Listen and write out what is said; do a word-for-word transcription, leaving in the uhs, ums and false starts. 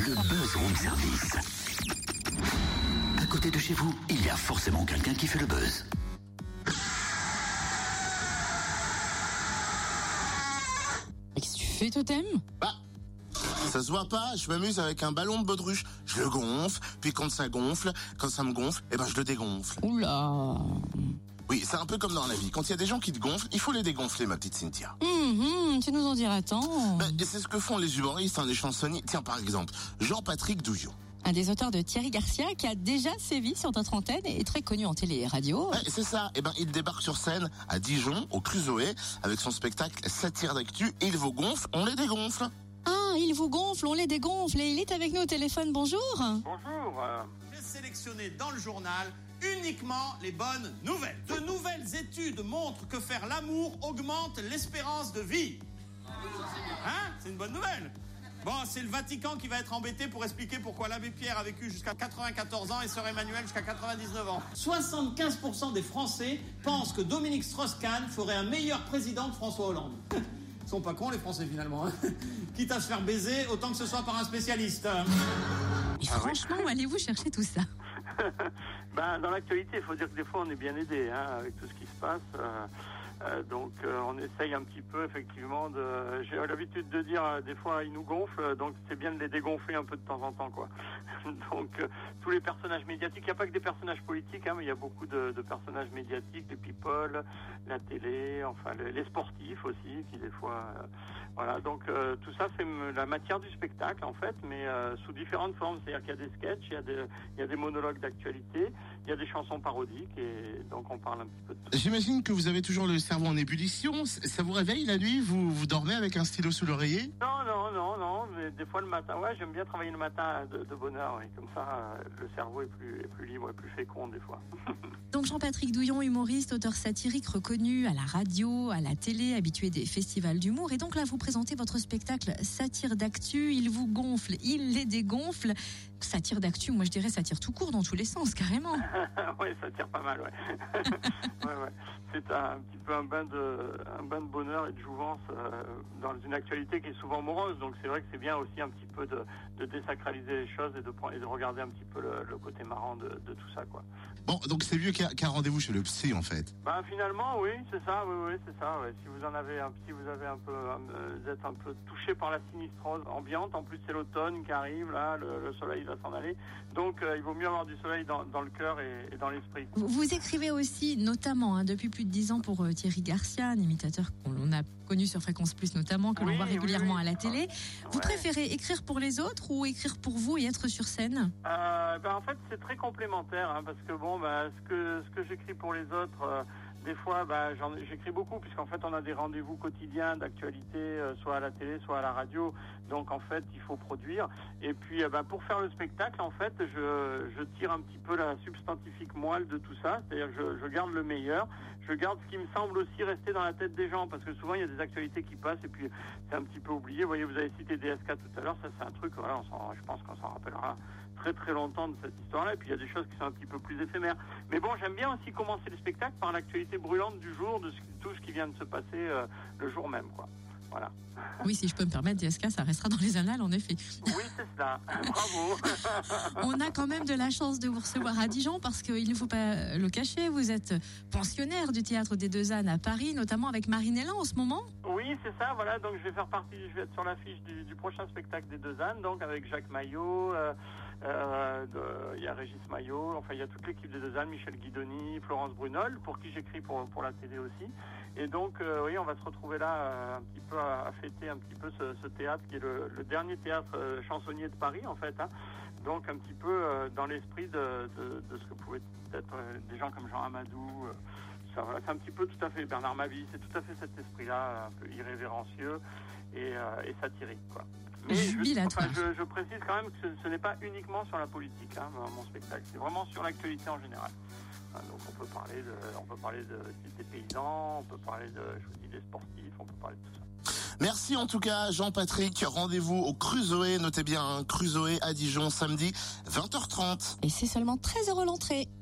Le Buzz Room Service. À côté de chez vous, il y a forcément quelqu'un qui fait le buzz. Qu'est-ce que tu fais, Totem ? Bah, ça se voit pas, je m'amuse avec un ballon de baudruche. Je le gonfle, puis quand ça gonfle, quand ça me gonfle, eh ben je le dégonfle. Oula. Oui, c'est un peu comme dans la vie. Quand il y a des gens qui te gonflent, il faut les dégonfler, ma petite Cynthia. Mmh, tu nous en diras tant. Ben, et c'est ce que font les humoristes, hein, les chansonniers. Tiens, par exemple, Jean-Patrick Douillon. Un des auteurs de Thierry Garcia qui a déjà sévi sur notre antenne et est très connu en télé et radio. Ouais, c'est ça. Eh ben, il débarque sur scène à Dijon, au Crusoé, avec son spectacle Satire d'actu. Il vous gonfle, on les dégonfle. Ah, il vous gonfle, on les dégonfle et il est avec nous au téléphone. Bonjour. Bonjour. J'ai sélectionné dans le journal uniquement les bonnes nouvelles. De nouvelles études montrent que faire l'amour augmente l'espérance de vie. Hein ? C'est une bonne nouvelle. Bon, c'est le Vatican qui va être embêté pour expliquer pourquoi l'abbé Pierre a vécu jusqu'à quatre-vingt-quatorze ans et sœur Emmanuel jusqu'à quatre-vingt-dix-neuf ans. soixante-quinze pour cent des Français pensent que Dominique Strauss-Kahn ferait un meilleur président que François Hollande. Ils sont pas cons les Français finalement. Hein. Quitte à se faire baiser, autant que ce soit par un spécialiste. Et franchement, où allez-vous chercher tout ça ? Ben, dans l'actualité, il faut dire que des fois on est bien aidé hein, avec tout ce qui se passe. Euh, euh, donc euh, on essaye un petit peu effectivement de. J'ai l'habitude de dire euh, des fois ils nous gonflent, donc c'est bien de les dégonfler un peu de temps en temps quoi. donc euh, tous les personnages médiatiques, il n'y a pas que des personnages politiques, hein, mais il y a beaucoup de, de personnages médiatiques, les people, la télé, enfin les, les sportifs aussi, qui des fois. Euh, voilà, donc euh, tout ça c'est la matière du spectacle en fait, mais euh, sous différentes formes. C'est-à-dire qu'il y a des sketchs, il y a des, il y a des monologues d'actualité, il y a des chansons parodiques et donc on parle un petit peu de tout. J'imagine que vous avez toujours le cerveau en ébullition. Ça vous réveille la nuit ? Vous, vous dormez avec un stylo sous l'oreiller ? Non, non, non, non. Mais des fois le matin, ouais, j'aime bien travailler le matin de, de bonne heure. Et comme ça, euh, le cerveau est plus, est plus libre, est plus fécond des fois. Donc Jean-Patrick Douillon, humoriste, auteur satirique reconnu à la radio, à la télé, habitué des festivals d'humour. Et donc là, vous présentez votre spectacle Satire d'actu. Il vous gonfle, il les dégonfle. Satire d'actu, moi je dirais satire tout court dans tous les sens, carrément. Oui, ça tire pas mal, ouais. ouais, ouais. C'est un, un petit peu un bain de, un bain de bonheur et de jouvence euh, dans une actualité qui est souvent morose. Donc c'est vrai que c'est bien aussi un petit peu de, de désacraliser les choses et de, et de regarder un petit peu le, le côté marrant de, de tout ça, quoi. Bon, donc c'est mieux qu'un, qu'un rendez-vous chez le psy en fait. Bah finalement, oui, c'est ça, oui, oui, c'est ça. Ouais. Si vous en avez un, si vous avez un peu, un, vous êtes un peu touché par la sinistrose ambiante. En plus, c'est l'automne qui arrive, là, le, le soleil va s'en aller. Donc, euh, il vaut mieux avoir du soleil dans, dans le cœur et, et dans l'esprit. Vous, vous écrivez aussi, notamment, hein, depuis plus de dix ans pour euh, Thierry Garcia, un imitateur qu'on a connu sur Fréquence Plus notamment, que oui, l'on voit régulièrement oui, oui. à la télé. Vous Ouais. préférez écrire pour les autres ou écrire pour vous et être sur scène ? Euh, ben en fait, c'est très complémentaire, hein, parce que bon, ben ce que ce que j'écris pour les autres. Euh, Des fois, bah, j'en, j'écris beaucoup puisqu'en fait, on a des rendez-vous quotidiens d'actualité, euh, soit à la télé, soit à la radio. Donc, en fait, il faut produire. Et puis, euh, bah, pour faire le spectacle, en fait, je, je tire un petit peu la substantifique moelle de tout ça. C'est-à-dire que je, je garde le meilleur. Je garde ce qui me semble aussi rester dans la tête des gens parce que souvent, il y a des actualités qui passent et puis c'est un petit peu oublié. Vous voyez, vous avez cité D S K tout à l'heure. Ça, c'est un truc, voilà, on s'en, je pense qu'on s'en rappellera très très longtemps de cette histoire-là. Et puis, il y a des choses qui sont un petit peu plus éphémères. Mais bon, j'aime bien aussi commencer le spectacle par l'actualité brûlante du jour, de ce, tout ce qui vient de se passer euh, le jour même, quoi. Voilà. Oui, si je peux me permettre, D S K, ça restera dans les annales, en effet. Oui, c'est cela. Bravo. On a quand même de la chance de vous recevoir à Dijon parce qu'il ne faut pas le cacher, vous êtes pensionnaire du Théâtre des Deux Ânes à Paris, notamment avec Marinella en ce moment. Oui, c'est ça, voilà. Donc, je vais faire partie, je vais être sur l'affiche du, du prochain spectacle des Deux Ânes, donc avec Jacques Maillot, euh, euh, de, il y a Régis Maillot, enfin, il y a toute l'équipe des Deux Ânes, Michel Guidoni, Florence Brunol, pour qui j'écris pour, pour la télé aussi. Et donc, euh, oui, on va se retrouver là euh, un petit peu à, à fêter un petit peu ce, ce théâtre qui est le, le dernier théâtre euh, chansonnier de Paris, en fait, hein. Donc, un petit peu euh, dans l'esprit de, de, de ce que pouvaient être euh, des gens comme Jean Amadou, euh, ça, voilà, c'est un petit peu tout à fait Bernard Mabie, c'est tout à fait cet esprit-là, un peu irrévérencieux et, euh, et satirique, quoi. Mais je, enfin, je, je précise quand même que ce, ce n'est pas uniquement sur la politique, hein, mon spectacle, c'est vraiment sur l'actualité en général. Donc on peut parler de, on peut parler de, des paysans, on peut parler de, je vous dis, des sportifs, on peut parler de tout ça. Merci en tout cas Jean-Patrick, rendez-vous au Crusoé, notez bien, hein, Crusoé à Dijon samedi vingt heures trente. Et c'est seulement treize euros l'entrée.